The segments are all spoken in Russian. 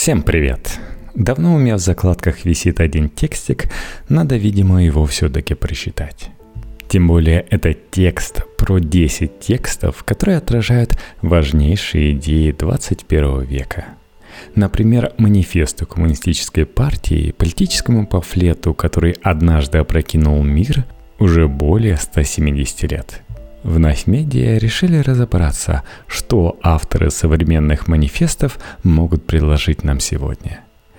Всем привет! Давно у меня в закладках висит один текстик, надо, видимо, его все-таки прочитать. Тем более это текст про 10 текстов, которые отражают важнейшие идеи 21 века. Например, манифесту Коммунистической партии, политическому памфлету, который однажды опрокинул мир уже более 170 лет. В Наф-медиа решили разобраться, что авторы современных манифестов могут предложить нам сегодня.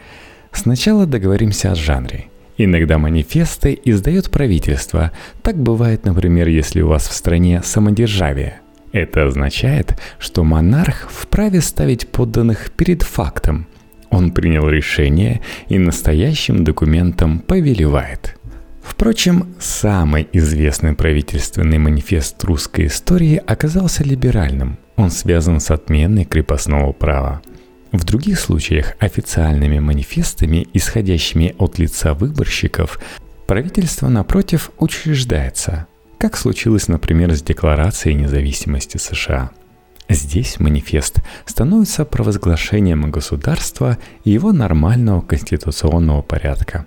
Сначала договоримся о жанре. Иногда манифесты издает правительство. Так бывает, например, если у вас в стране самодержавие. Это означает, что монарх вправе ставить подданных перед фактом. Он принял решение и настоящим документом повелевает. Впрочем, самый известный правительственный манифест русской истории оказался либеральным. Он связан с отменой крепостного права. В других случаях официальными манифестами, исходящими от лица выборщиков, правительство, напротив, учреждается, как случилось, например, с Декларацией независимости США. Здесь манифест становится провозглашением государства и его нормального конституционного порядка.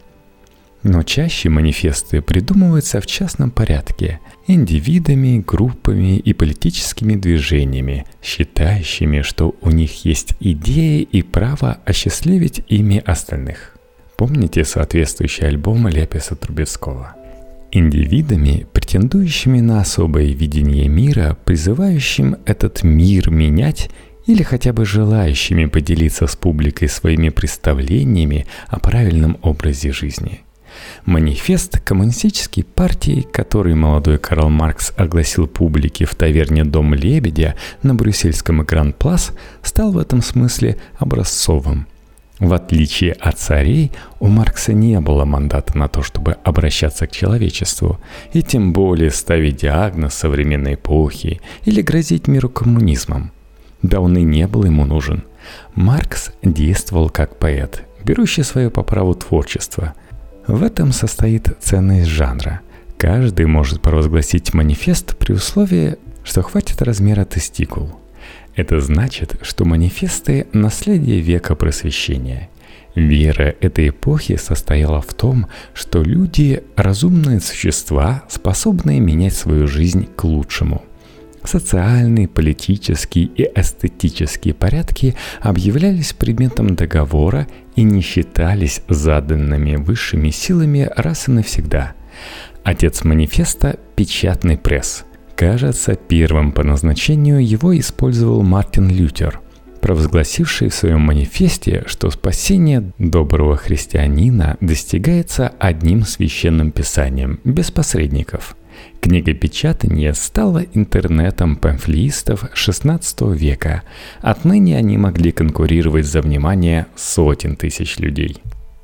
Но чаще манифесты придумываются в частном порядке индивидами, группами и политическими движениями, считающими, что у них есть идеи и право осчастливить ими остальных. Помните соответствующий альбом Ляписа Трубецкого? Индивидами, претендующими на особое видение мира, призывающим этот мир менять или хотя бы желающими поделиться с публикой своими представлениями о правильном образе жизни. Манифест Коммунистической партии, который молодой Карл Маркс огласил публике в таверне «Дом Лебедя» на брюссельском Гран-Плас, стал в этом смысле образцовым. В отличие от царей, у Маркса не было мандата на то, чтобы обращаться к человечеству, и тем более ставить диагноз современной эпохи или грозить миру коммунизмом. Да он и не был ему нужен. Маркс действовал как поэт, берущий свое по праву творчество. В этом состоит ценность жанра. Каждый может провозгласить манифест при условии, что хватит размера тестикул. Это значит, что манифесты – наследие века просвещения. Вера этой эпохи состояла в том, что люди – разумные существа, способные менять свою жизнь к лучшему. Социальные, политические и эстетические порядки объявлялись предметом договора и не считались заданными высшими силами раз и навсегда. Отец манифеста – печатный пресс. Кажется, первым по назначению его использовал Мартин Лютер, провозгласивший в своем манифесте, что спасение доброго христианина достигается одним священным писанием, без посредников. Книгопечатание стало интернетом памфлеистов XVI века. Отныне они могли конкурировать за внимание сотен тысяч людей.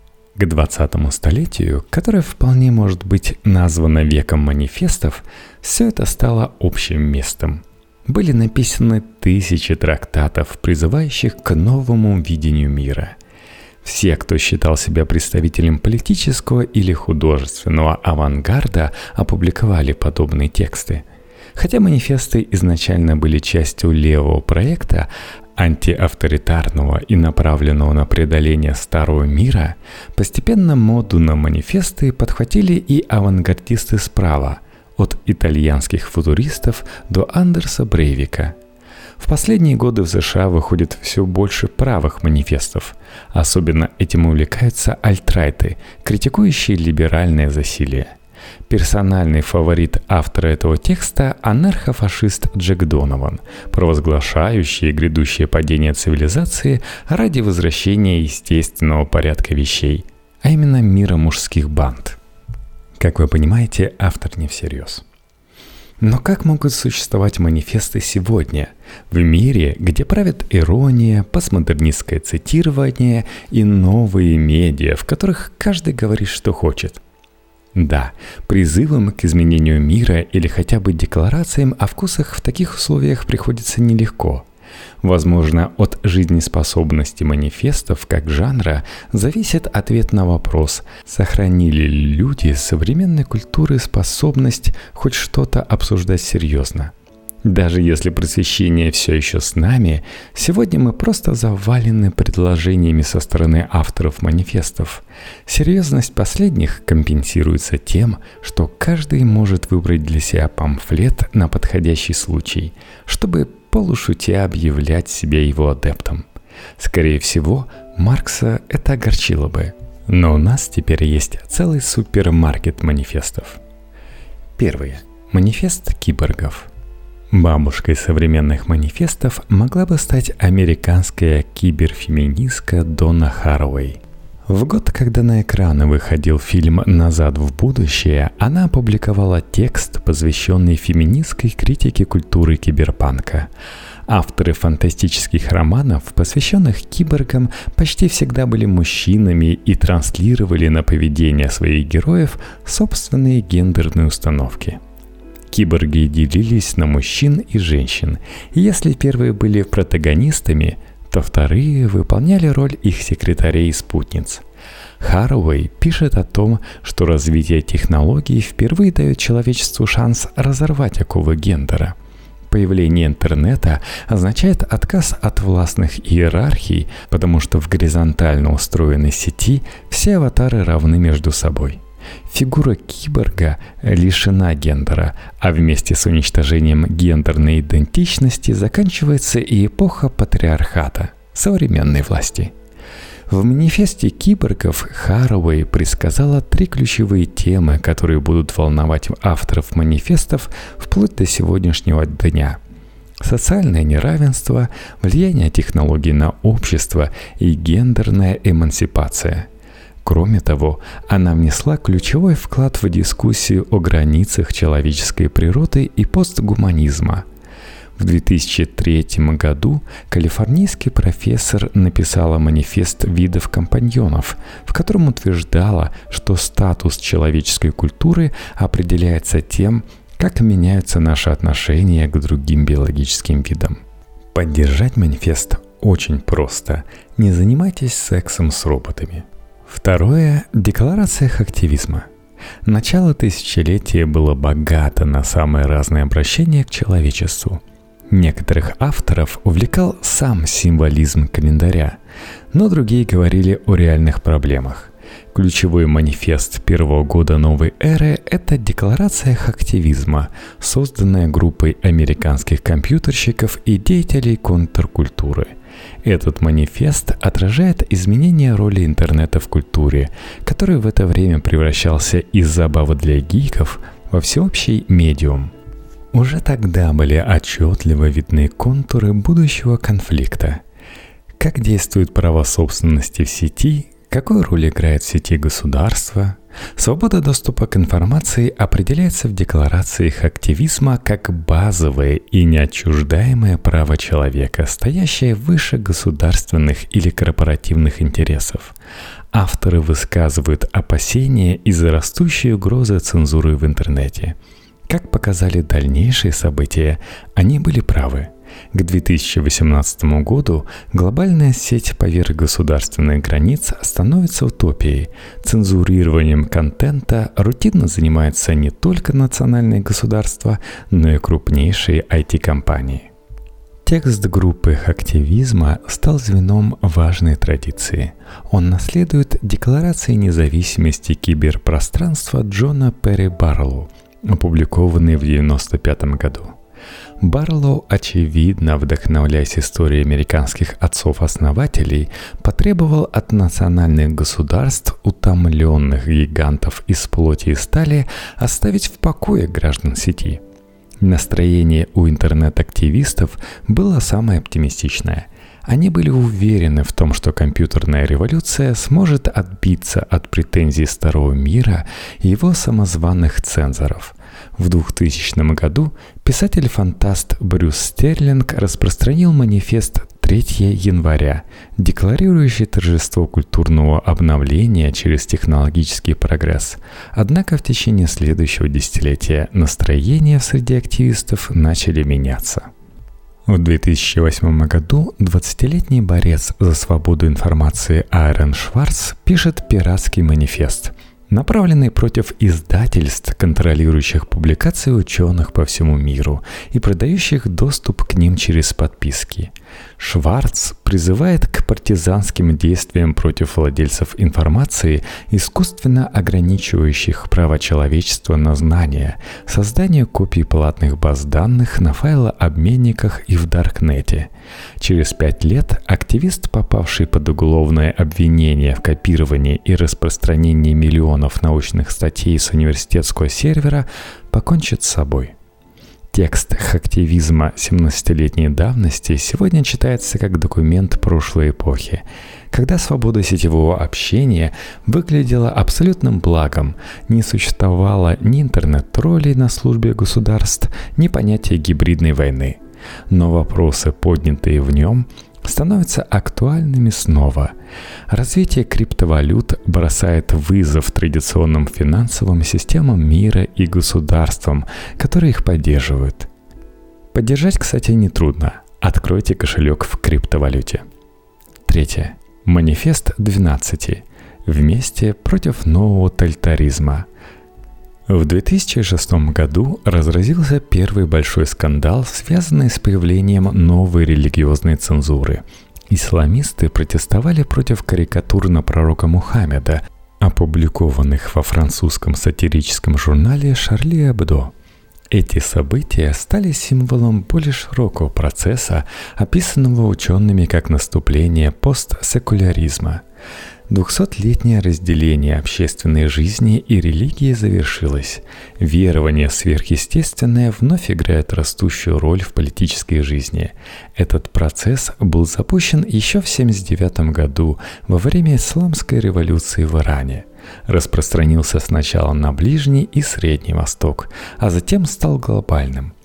К 20-му столетию, которое вполне может быть названо веком манифестов, все это стало общим местом. Были написаны тысячи трактатов, призывающих к новому видению мира. Все, кто считал себя представителем политического или художественного авангарда, опубликовали подобные тексты. Хотя манифесты изначально были частью левого проекта, антиавторитарного и направленного на преодоление старого мира, постепенно моду на манифесты подхватили и авангардисты справа, от итальянских футуристов до Андерса Брейвика. В последние годы в США выходит все больше правых манифестов. Особенно этим увлекаются альтрайты, критикующие либеральное засилие. Персональный фаворит автора этого текста – анархофашист Джек Донован, провозглашающий грядущее падение цивилизации ради возвращения естественного порядка вещей, а именно мира мужских банд. Как вы понимаете, автор не всерьез. Но как могут существовать манифесты сегодня, в мире, где правят ирония, постмодернистское цитирование и новые медиа, в которых каждый говорит, что хочет? Да, призывам к изменению мира или хотя бы декларациям о вкусах в таких условиях приходится нелегко. Возможно, от жизнеспособности манифестов как жанра зависит ответ на вопрос, сохранили ли люди современной культуры способность хоть что-то обсуждать серьезно. Даже если просвещение все еще с нами, сегодня мы просто завалены предложениями со стороны авторов манифестов. Серьезность последних компенсируется тем, что каждый может выбрать для себя памфлет на подходящий случай, чтобы полушутя объявлять себя его адептом. Скорее всего, Маркса это огорчило бы. Но у нас теперь есть целый супермаркет манифестов. Первое. Манифест киборгов. Бабушкой современных манифестов могла бы стать американская киберфеминистка Донна Хаraway. В год, когда на экраны выходил фильм «Назад в будущее», она опубликовала текст, посвященный феминистской критике культуры киберпанка. Авторы фантастических романов, посвященных киборгам, почти всегда были мужчинами и транслировали на поведение своих героев собственные гендерные установки. Киборги делились на мужчин и женщин, и если первые были протагонистами, то вторые выполняли роль их секретарей и спутниц. Хаraway пишет о том, что развитие технологий впервые дает человечеству шанс разорвать оковы гендера. Появление интернета означает отказ от властных иерархий, потому что в горизонтально устроенной сети все аватары равны между собой. Фигура киборга лишена гендера, а вместе с уничтожением гендерной идентичности заканчивается и эпоха патриархата, современной власти. В манифесте киборгов Хаraway предсказала 3 ключевые темы, которые будут волновать авторов манифестов вплоть до сегодняшнего дня. Социальное неравенство, влияние технологий на общество и гендерная эмансипация. Кроме того, она внесла ключевой вклад в дискуссию о границах человеческой природы и постгуманизма. В 2003 году калифорнийский профессор написала манифест видов компаньонов, в котором утверждала, что статус человеческой культуры определяется тем, как меняются наши отношения к другим биологическим видам. Поддержать манифест очень просто. Не занимайтесь сексом с роботами. Второе – декларация активизма. Начало тысячелетия было богато на самые разные обращения к человечеству. Некоторых авторов увлекал сам символизм календаря, но другие говорили о реальных проблемах. Ключевой манифест первого года новой эры – это декларация активизма, созданная группой американских компьютерщиков и деятелей контркультуры. Этот манифест отражает изменение роли интернета в культуре, который в это время превращался из забавы для гиков во всеобщий медиум. Уже тогда были отчетливо видны контуры будущего конфликта. Как действует право собственности в сети, какую роль играет в сети государство? Свобода доступа к информации определяется в декларациях активизма как базовое и неотчуждаемое право человека, стоящее выше государственных или корпоративных интересов. Авторы высказывают опасения из-за растущей угрозы цензуры в интернете. Как показали дальнейшие события, они были правы. К 2018 году глобальная сеть поверх государственных границ становится утопией. Цензурированием контента рутинно занимаются не только национальные государства, но и крупнейшие IT-компании. Текст группы активизма стал звеном важной традиции. Он наследует Декларации независимости киберпространства Джона Перри Барлоу, опубликованный в 1995 году. Барлоу, очевидно вдохновляясь историей американских отцов-основателей, потребовал от национальных государств, утомленных гигантов из плоти и стали, оставить в покое граждан сети. Настроение у интернет-активистов было самое оптимистичное. Они были уверены в том, что компьютерная революция сможет отбиться от претензий старого мира и его самозваных цензоров. В 2000 году писатель-фантаст Брюс Стерлинг распространил манифест 3 января, декларирующий торжество культурного обновления через технологический прогресс. Однако в течение следующего десятилетия настроения среди активистов начали меняться. В 2008 году 20-летний борец за свободу информации Аарон Шварц пишет пиратский манифест. направленный против издательств, контролирующих публикации ученых по всему миру и продающих доступ к ним через подписки. Шварц призывает к партизанским действиям против владельцев информации, искусственно ограничивающих право человечества на знания, созданию копий платных баз данных на файлообменниках и в Даркнете. Через 5 лет активист, попавший под уголовное обвинение в копировании и распространении миллионов научных статей с университетского сервера, покончит с собой. Текст хактивизма 17-летней давности сегодня читается как документ прошлой эпохи, когда свобода сетевого общения выглядела абсолютным благом, не существовало ни интернет-троллей на службе государств, ни понятия гибридной войны. Но вопросы, поднятые в нем, становятся актуальными снова. Развитие криптовалют бросает вызов традиционным финансовым системам мира и государствам, которые их поддерживают. Поддержать, кстати, нетрудно. Откройте кошелек в криптовалюте. 3. Манифест 12. Вместе против нового тоталитаризма. В 2006 году разразился первый большой скандал, связанный с появлением новой религиозной цензуры. Исламисты протестовали против карикатур на пророка Мухаммеда, опубликованных во французском сатирическом журнале «Шарли Эбдо». Эти события стали символом более широкого процесса, описанного учеными как наступление постсекуляризма. 200-летнее разделение общественной жизни и религии завершилось. Верование в сверхъестественное вновь играет растущую роль в политической жизни. Этот процесс был запущен еще в 1979 году во время Исламской революции в Иране. Распространился сначала на Ближний и Средний Восток, а затем стал глобальным.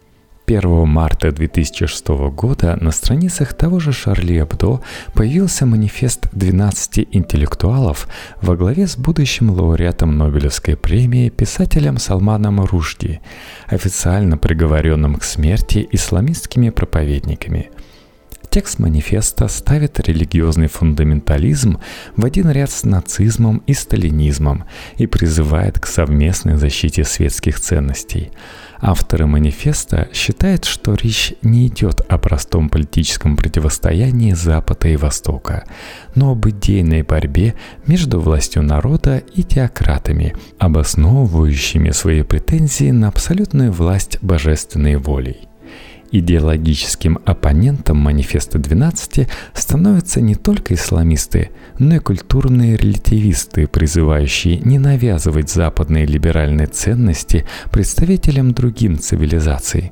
1 марта 2006 года на страницах того же Шарли Эбдо появился манифест 12 интеллектуалов во главе с будущим лауреатом Нобелевской премии писателем Салманом Рушди, официально приговоренным к смерти исламистскими проповедниками. Текст манифеста ставит религиозный фундаментализм в один ряд с нацизмом и сталинизмом и призывает к совместной защите светских ценностей. Авторы манифеста считают, что речь не идет о простом политическом противостоянии Запада и Востока, но об идейной борьбе между властью народа и теократами, обосновывающими свои претензии на абсолютную власть божественной волей. Идеологическим оппонентом манифеста 12 становятся не только исламисты, но и культурные релятивисты, призывающие не навязывать западные либеральные ценности представителям другим цивилизаций.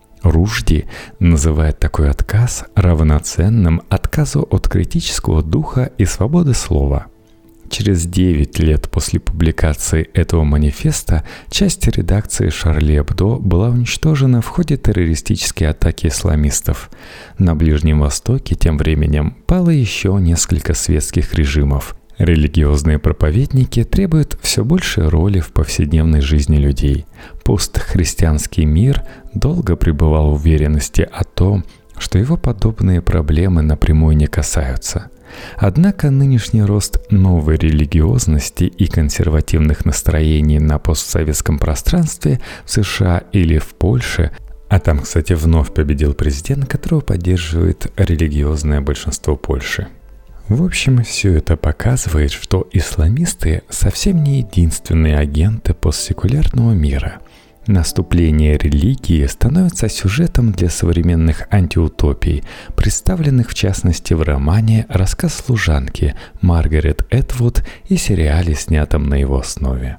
Рушди называет такой отказ равноценным отказу от критического духа и свободы слова. Через 9 лет после публикации этого манифеста часть редакции Шарли Эбдо была уничтожена в ходе террористической атаки исламистов. На Ближнем Востоке тем временем пало еще несколько светских режимов. Религиозные проповедники требуют все большей роли в повседневной жизни людей. Постхристианский мир долго пребывал в уверенности о том, что его подобные проблемы напрямую не касаются. Однако нынешний рост новой религиозности и консервативных настроений на постсоветском пространстве в США или в Польше, а там, кстати, вновь победил президент, которого поддерживает религиозное большинство Польши. В общем, все это показывает, что исламисты совсем не единственные агенты постсекулярного мира. Наступление религии становится сюжетом для современных антиутопий, представленных в частности в романе «Рассказ служанки» Маргарет Этвуд и сериале, снятом на его основе.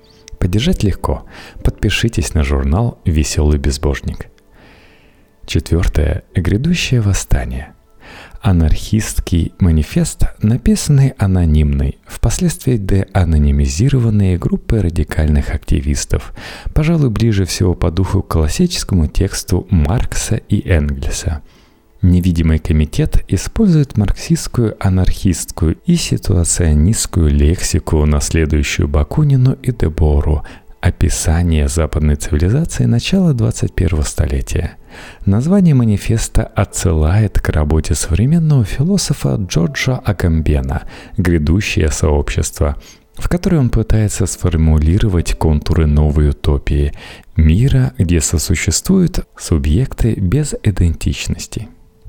Поддержать легко. Подпишитесь на журнал «Веселый безбожник». 4. Грядущее восстание. Анархистский манифест, написанный анонимной, впоследствии деанонимизированной группой радикальных активистов, пожалуй, ближе всего по духу к классическому тексту Маркса и Энгельса. Невидимый комитет использует марксистскую, анархистскую и ситуационистскую лексику, наследующую Бакунину и Дебору, описание западной цивилизации начала 21 столетия. Название манифеста отсылает к работе современного философа Джорджа Агамбена «Грядущее сообщество», в которой он пытается сформулировать контуры новой утопии – мира, где сосуществуют субъекты без идентичности.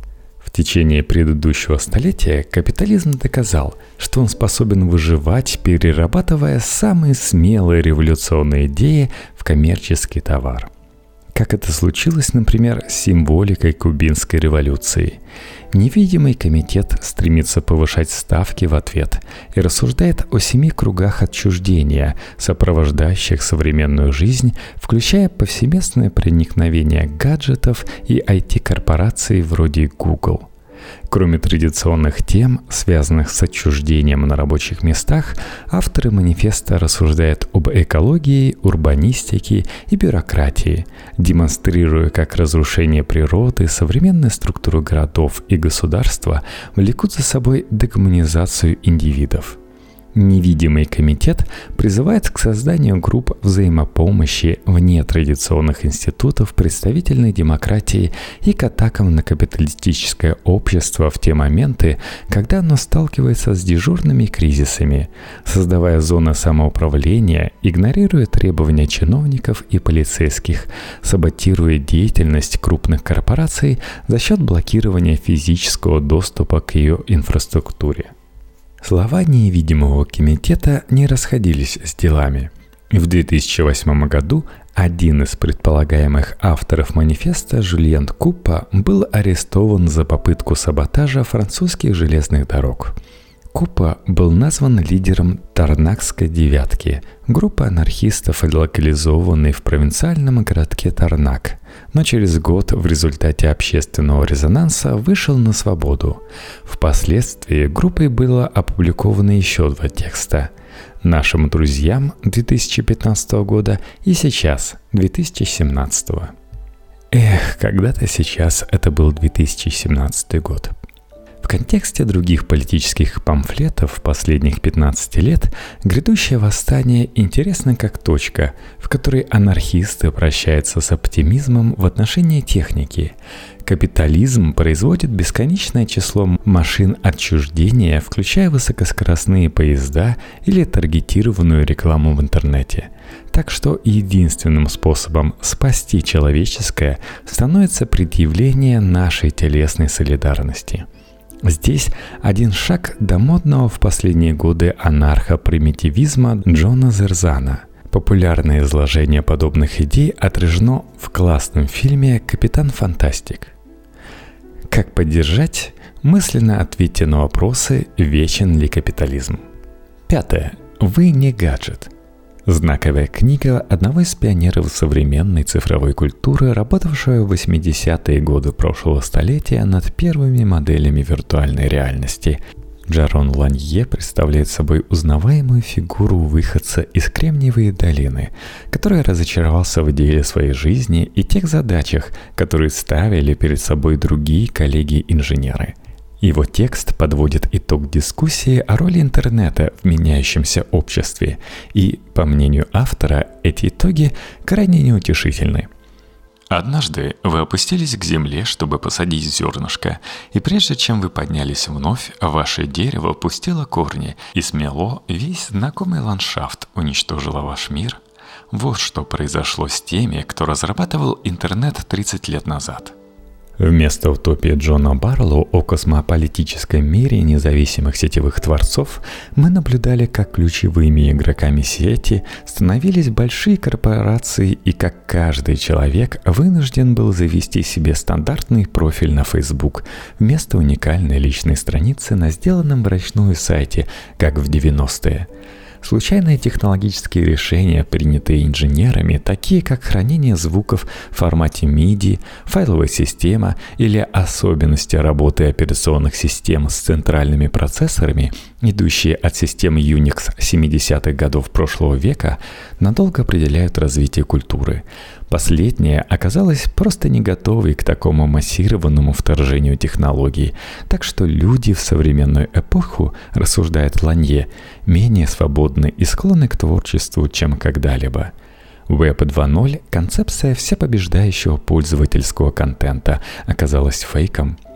В течение предыдущего столетия капитализм доказал, что он способен выживать, перерабатывая самые смелые революционные идеи в коммерческий товар. Как это случилось, например, с символикой кубинской революции. Невидимый комитет стремится повышать ставки в ответ и рассуждает о 7 кругах отчуждения, сопровождающих современную жизнь, включая повсеместное проникновение гаджетов и IT-корпораций вроде Google. Кроме традиционных тем, связанных с отчуждением на рабочих местах, авторы манифеста рассуждают об экологии, урбанистике и бюрократии, демонстрируя, как разрушение природы, современная структура городов и государства влекут за собой декоммунизацию индивидов. Невидимый комитет призывает к созданию групп взаимопомощи вне традиционных институтов представительной демократии и к атакам на капиталистическое общество в те моменты, когда оно сталкивается с дежурными кризисами, создавая зоны самоуправления, игнорируя требования чиновников и полицейских, саботируя деятельность крупных корпораций за счет блокирования физического доступа к ее инфраструктуре. Слова невидимого комитета не расходились с делами. В 2008 году один из предполагаемых авторов манифеста, Жюльен Куппа, был арестован за попытку саботажа французских железных дорог. Куппа был назван лидером Тарнакской девятки, группы анархистов, локализованной в провинциальном городке Тарнак, но через год в результате общественного резонанса вышел на свободу. Впоследствии группой было опубликовано еще 2 текста «Нашим друзьям» 2015 года и «Сейчас» 2017. Когда-то сейчас это был 2017 год. В контексте других политических памфлетов последних 15 лет грядущее восстание интересно как точка, в которой анархисты прощаются с оптимизмом в отношении техники. Капитализм производит бесконечное число машин отчуждения, включая высокоскоростные поезда или таргетированную рекламу в интернете. Так что единственным способом спасти человеческое становится предъявление нашей телесной солидарности. Здесь один шаг до модного в последние годы анархо-примитивизма Джона Зерзана. Популярное изложение подобных идей отражено в классном фильме «Капитан Фантастик». Как поддержать? Мысленно ответьте на вопросы, вечен ли капитализм. 5. Вы не гаджет. Знаковая книга одного из пионеров современной цифровой культуры, работавшего в 80-е годы прошлого столетия над первыми моделями виртуальной реальности. Джарон Ланье представляет собой узнаваемую фигуру выходца из Кремниевой долины, который разочаровался в деле своей жизни и тех задачах, которые ставили перед собой другие коллеги-инженеры. Его текст подводит итог дискуссии о роли интернета в меняющемся обществе, и, по мнению автора, эти итоги крайне неутешительны. Однажды вы опустились к земле, чтобы посадить зернышко, и прежде чем вы поднялись вновь, ваше дерево пустило корни и смело весь знакомый ландшафт, уничтожило ваш мир. Вот что произошло с теми, кто разрабатывал интернет 30 лет назад. Вместо утопии Джона Барлоу о космополитической мире независимых сетевых творцов мы наблюдали, как ключевыми игроками сети становились большие корпорации и как каждый человек вынужден был завести себе стандартный профиль на Facebook вместо уникальной личной страницы на сделанном вручную сайте, как в 90-е. Случайные технологические решения, принятые инженерами, такие как хранение звуков в формате MIDI, файловая система или особенности работы операционных систем с центральными процессорами, идущие от систем Unix 70-х годов прошлого века, надолго определяют развитие культуры. Последняя оказалась просто не готовой к такому массированному вторжению технологий, так что люди в современную эпоху, рассуждает Ланье, менее свободны и склонны к творчеству, чем когда-либо. Web 2.0, концепция всепобеждающего пользовательского контента, оказалась фейком.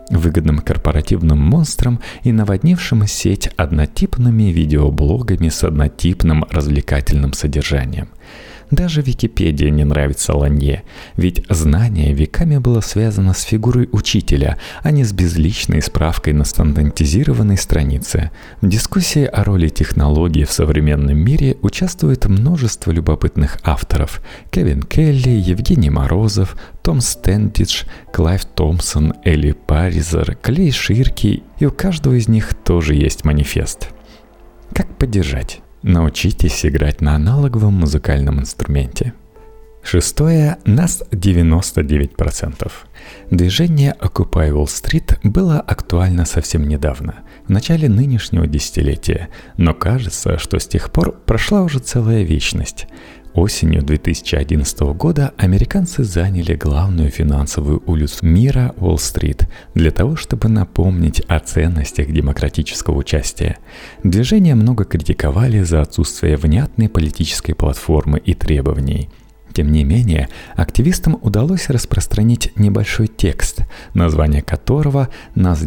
выгодным корпоративным монстрам и наводнившим сеть однотипными видеоблогами с однотипным развлекательным содержанием. Даже Википедия не нравится Ланье, ведь знание веками было связано с фигурой учителя, а не с безличной справкой на стандартизированной странице. В дискуссии о роли технологий в современном мире участвует множество любопытных авторов: Кевин Келли, Евгений Морозов, Том Стэндидж, Клайв Томпсон, Элли Паризер, Клей Ширки, и у каждого из них тоже есть манифест. Как поддержать? Научитесь играть на аналоговом музыкальном инструменте. Шестое. Нас 99%. Движение Occupy Wall Street было актуально совсем недавно, в начале нынешнего десятилетия, но кажется, что с тех пор прошла уже целая вечность. Осенью 2011 года американцы заняли главную финансовую улицу мира Уолл-стрит для того, чтобы напомнить о ценностях демократического участия. Движение много критиковали за отсутствие внятной политической платформы и требований. Тем не менее, активистам удалось распространить небольшой текст, название которого «Нас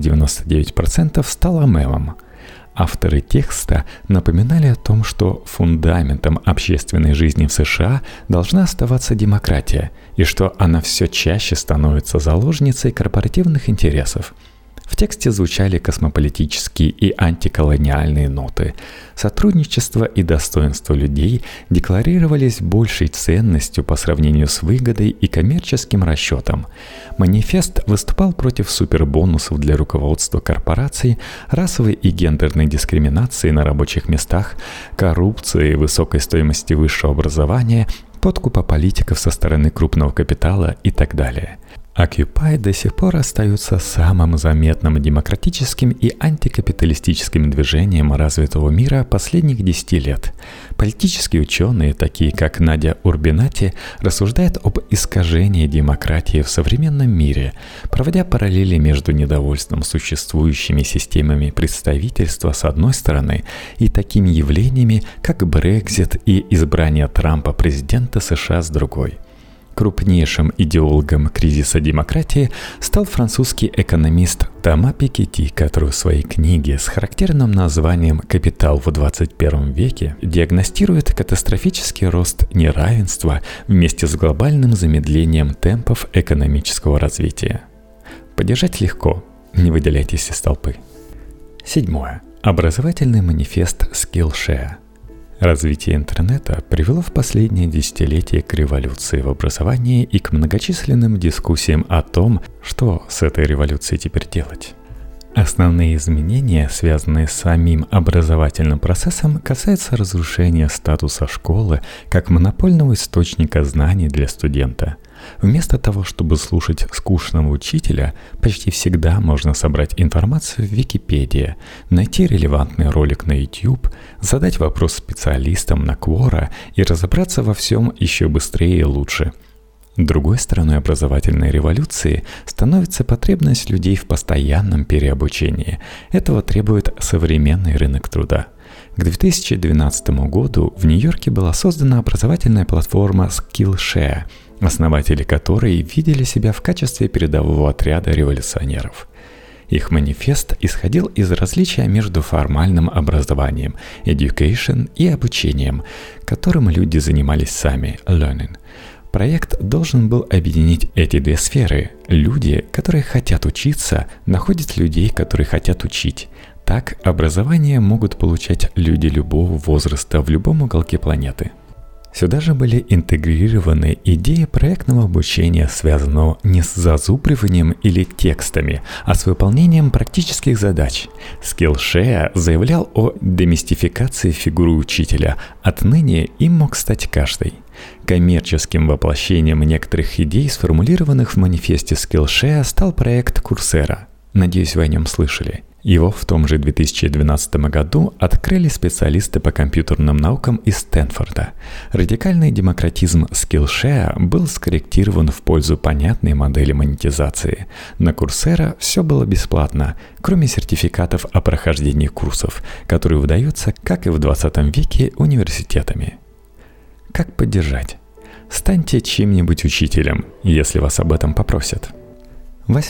99%» стало мемом. Авторы текста напоминали о том, что фундаментом общественной жизни в США должна оставаться демократия, и что она все чаще становится заложницей корпоративных интересов. В тексте звучали космополитические и антиколониальные ноты. Сотрудничество и достоинство людей декларировались большей ценностью по сравнению с выгодой и коммерческим расчетом. Манифест выступал против супербонусов для руководства корпораций, расовой и гендерной дискриминации на рабочих местах, коррупции, высокой стоимости высшего образования, подкупа политиков со стороны крупного капитала и так далее. Occupy до сих пор остается самым заметным демократическим и антикапиталистическим движением развитого мира последних 10 лет. Политические ученые, такие как Надя Урбинати, рассуждают об искажении демократии в современном мире, проводя параллели между недовольством существующими системами представительства с одной стороны и такими явлениями, как Брексит и избрание Трампа президента США с другой. Крупнейшим идеологом кризиса демократии стал французский экономист Тома Пикетти, который в своей книге с характерным названием «Капитал в 21 веке» диагностирует катастрофический рост неравенства вместе с глобальным замедлением темпов экономического развития. Поддержать легко, не выделяйтесь из толпы. Седьмое. Образовательный манифест Skillshare. Развитие интернета привело в последние десятилетия к революции в образовании и к многочисленным дискуссиям о том, что с этой революцией теперь делать. Основные изменения, связанные с самим образовательным процессом, касаются разрушения статуса школы как монопольного источника знаний для студента. Вместо того, чтобы слушать скучного учителя, почти всегда можно собрать информацию в Википедии, найти релевантный ролик на YouTube, задать вопрос специалистам на Quora и разобраться во всем еще быстрее и лучше. Другой стороной образовательной революции становится потребность людей в постоянном переобучении. Этого требует современный рынок труда. К 2012 году в Нью-Йорке была создана образовательная платформа Skillshare, основатели которой видели себя в качестве передового отряда революционеров. Их манифест исходил из различия между формальным образованием, education, и обучением, которым люди занимались сами, learning. Проект должен был объединить эти две сферы. Люди, которые хотят учиться, находят людей, которые хотят учить. Так, образование могут получать люди любого возраста в любом уголке планеты. Сюда же были интегрированы идеи проектного обучения, связанного не с зазубриванием или текстами, а с выполнением практических задач. Skillshare заявлял о демистификации фигуры учителя. Отныне им мог стать каждый. Коммерческим воплощением некоторых идей, сформулированных в манифесте Skillshare, стал проект Coursera. Надеюсь, вы о нем слышали. Его в том же 2012 году открыли специалисты по компьютерным наукам из Стэнфорда. Радикальный демократизм Skillshare был скорректирован в пользу понятной модели монетизации. На Coursera все было бесплатно, кроме сертификатов о прохождении курсов, которые выдаются, как и в 20 веке, университетами. Как поддержать? Станьте чьим-нибудь учителем, если вас об этом попросят. Восьмое.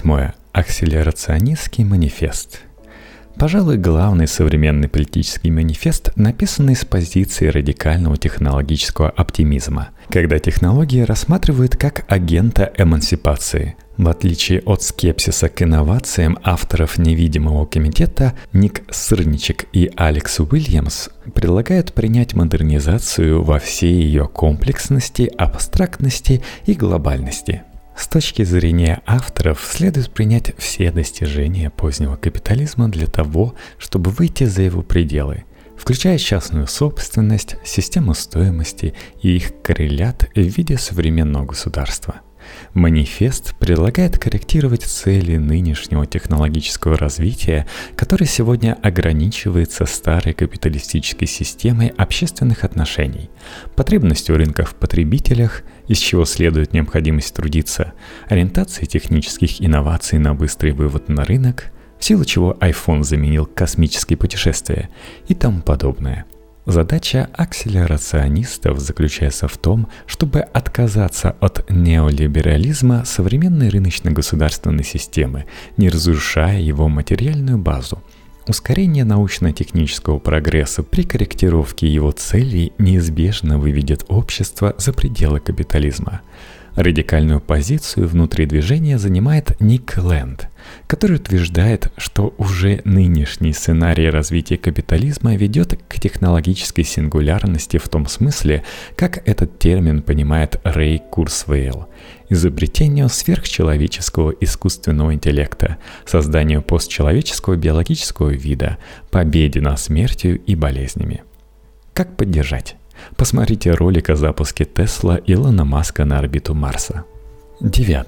Акселерационистский манифест. Пожалуй, главный современный политический манифест, написанный с позиции радикального технологического оптимизма, когда технологии рассматривают как агента эмансипации. В отличие от скепсиса к инновациям авторов «Невидимого комитета», Ник Сырничек и Алекс Уильямс предлагают принять модернизацию во всей ее комплексности, абстрактности и глобальности. С точки зрения авторов, следует принять все достижения позднего капитализма для того, чтобы выйти за его пределы, включая частную собственность, систему стоимости и их коррелят в виде современного государства. Манифест предлагает корректировать цели нынешнего технологического развития, которое сегодня ограничивается старой капиталистической системой общественных отношений, потребностью рынка в потребителях, из чего следует необходимость трудиться, ориентацией технических инноваций на быстрый вывод на рынок, в силу чего iPhone заменил космические путешествия и тому подобное. Задача акселерационистов заключается в том, чтобы отказаться от неолиберализма современной рыночно-государственной системы, не разрушая его материальную базу. Ускорение научно-технического прогресса при корректировке его целей неизбежно выведет общество за пределы капитализма. Радикальную позицию внутри движения занимает Ник Лэнд, который утверждает, что уже нынешний сценарий развития капитализма ведет к технологической сингулярности в том смысле, как этот термин понимает Рэй Курсвейл, изобретению сверхчеловеческого искусственного интеллекта, созданию постчеловеческого биологического вида, победе над смертью и болезнями. Как поддержать? Посмотрите ролик о запуске Тесла Илона Маска на орбиту Марса. 9.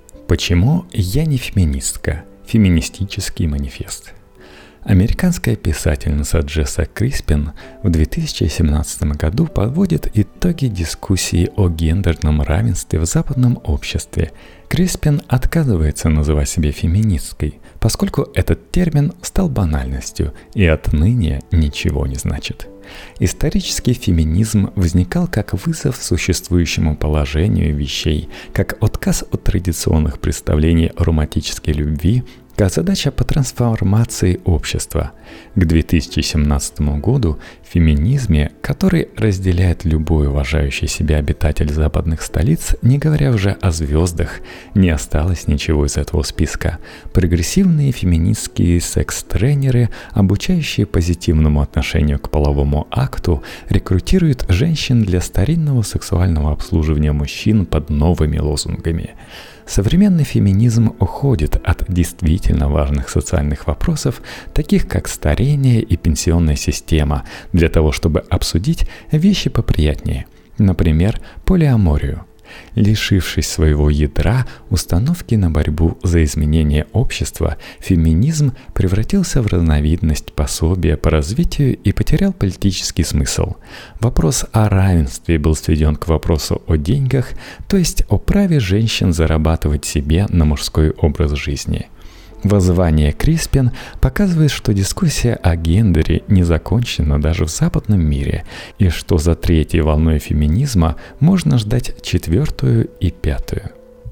Почему я не феминистка? Феминистический манифест. Американская писательница Джесса Криспин в 2017 году подводит итоги дискуссии о гендерном равенстве в западном обществе. Криспин отказывается называть себя феминисткой, поскольку этот термин стал банальностью и отныне ничего не значит. Исторический феминизм возникал как вызов существующему положению вещей, как отказ от традиционных представлений о романтической любви, как задача по трансформации общества. К 2017 году в феминизме, который разделяет любой уважающий себя обитатель западных столиц, не говоря уже о звездах, не осталось ничего из этого списка. Прогрессивные феминистские секс-тренеры, обучающие позитивному отношению к половому акту, рекрутируют женщин для старинного сексуального обслуживания мужчин под новыми лозунгами. Современный феминизм уходит от действительно важных социальных вопросов, таких как старение и пенсионная система, для того, чтобы обсудить вещи поприятнее, например, полиаморию. Лишившись своего ядра, установки на борьбу за изменение общества, феминизм превратился в разновидность пособия по развитию и потерял политический смысл. Вопрос о равенстве был сведен к вопросу о деньгах, то есть о праве женщин зарабатывать себе на мужской образ жизни. Воззвание Криспин показывает, что дискуссия о гендере не закончена даже в западном мире, и что за третьей волной феминизма можно ждать 4-ю и 5-ю.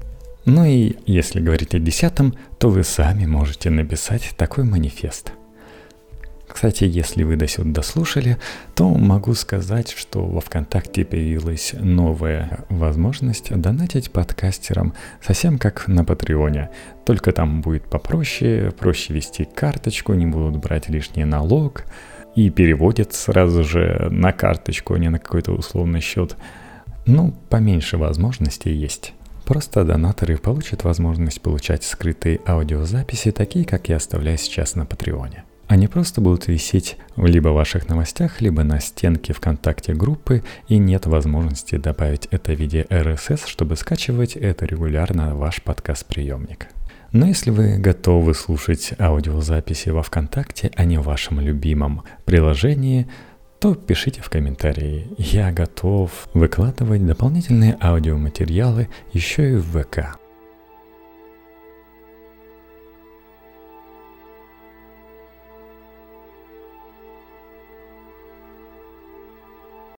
Ну и если говорить о 10-м, то вы сами можете написать такой манифест. Кстати, если вы до сюда дослушали, то могу сказать, что во ВКонтакте появилась новая возможность донатить подкастерам, совсем как на Патреоне. Только там будет попроще, проще вести карточку, не будут брать лишний налог и переводят сразу же на карточку, а не на какой-то условный счет. Ну, поменьше возможностей есть. Просто донаторы получат возможность получать скрытые аудиозаписи, такие, как я оставляю сейчас на Патреоне. Они просто будут висеть либо в ваших новостях, либо на стенке ВКонтакте группы, и нет возможности добавить это в виде RSS, чтобы скачивать это регулярно в ваш подкаст-приемник. Но если вы готовы слушать аудиозаписи во ВКонтакте, а не в вашем любимом приложении, то пишите в комментарии. Я готов выкладывать дополнительные аудиоматериалы еще и в ВК.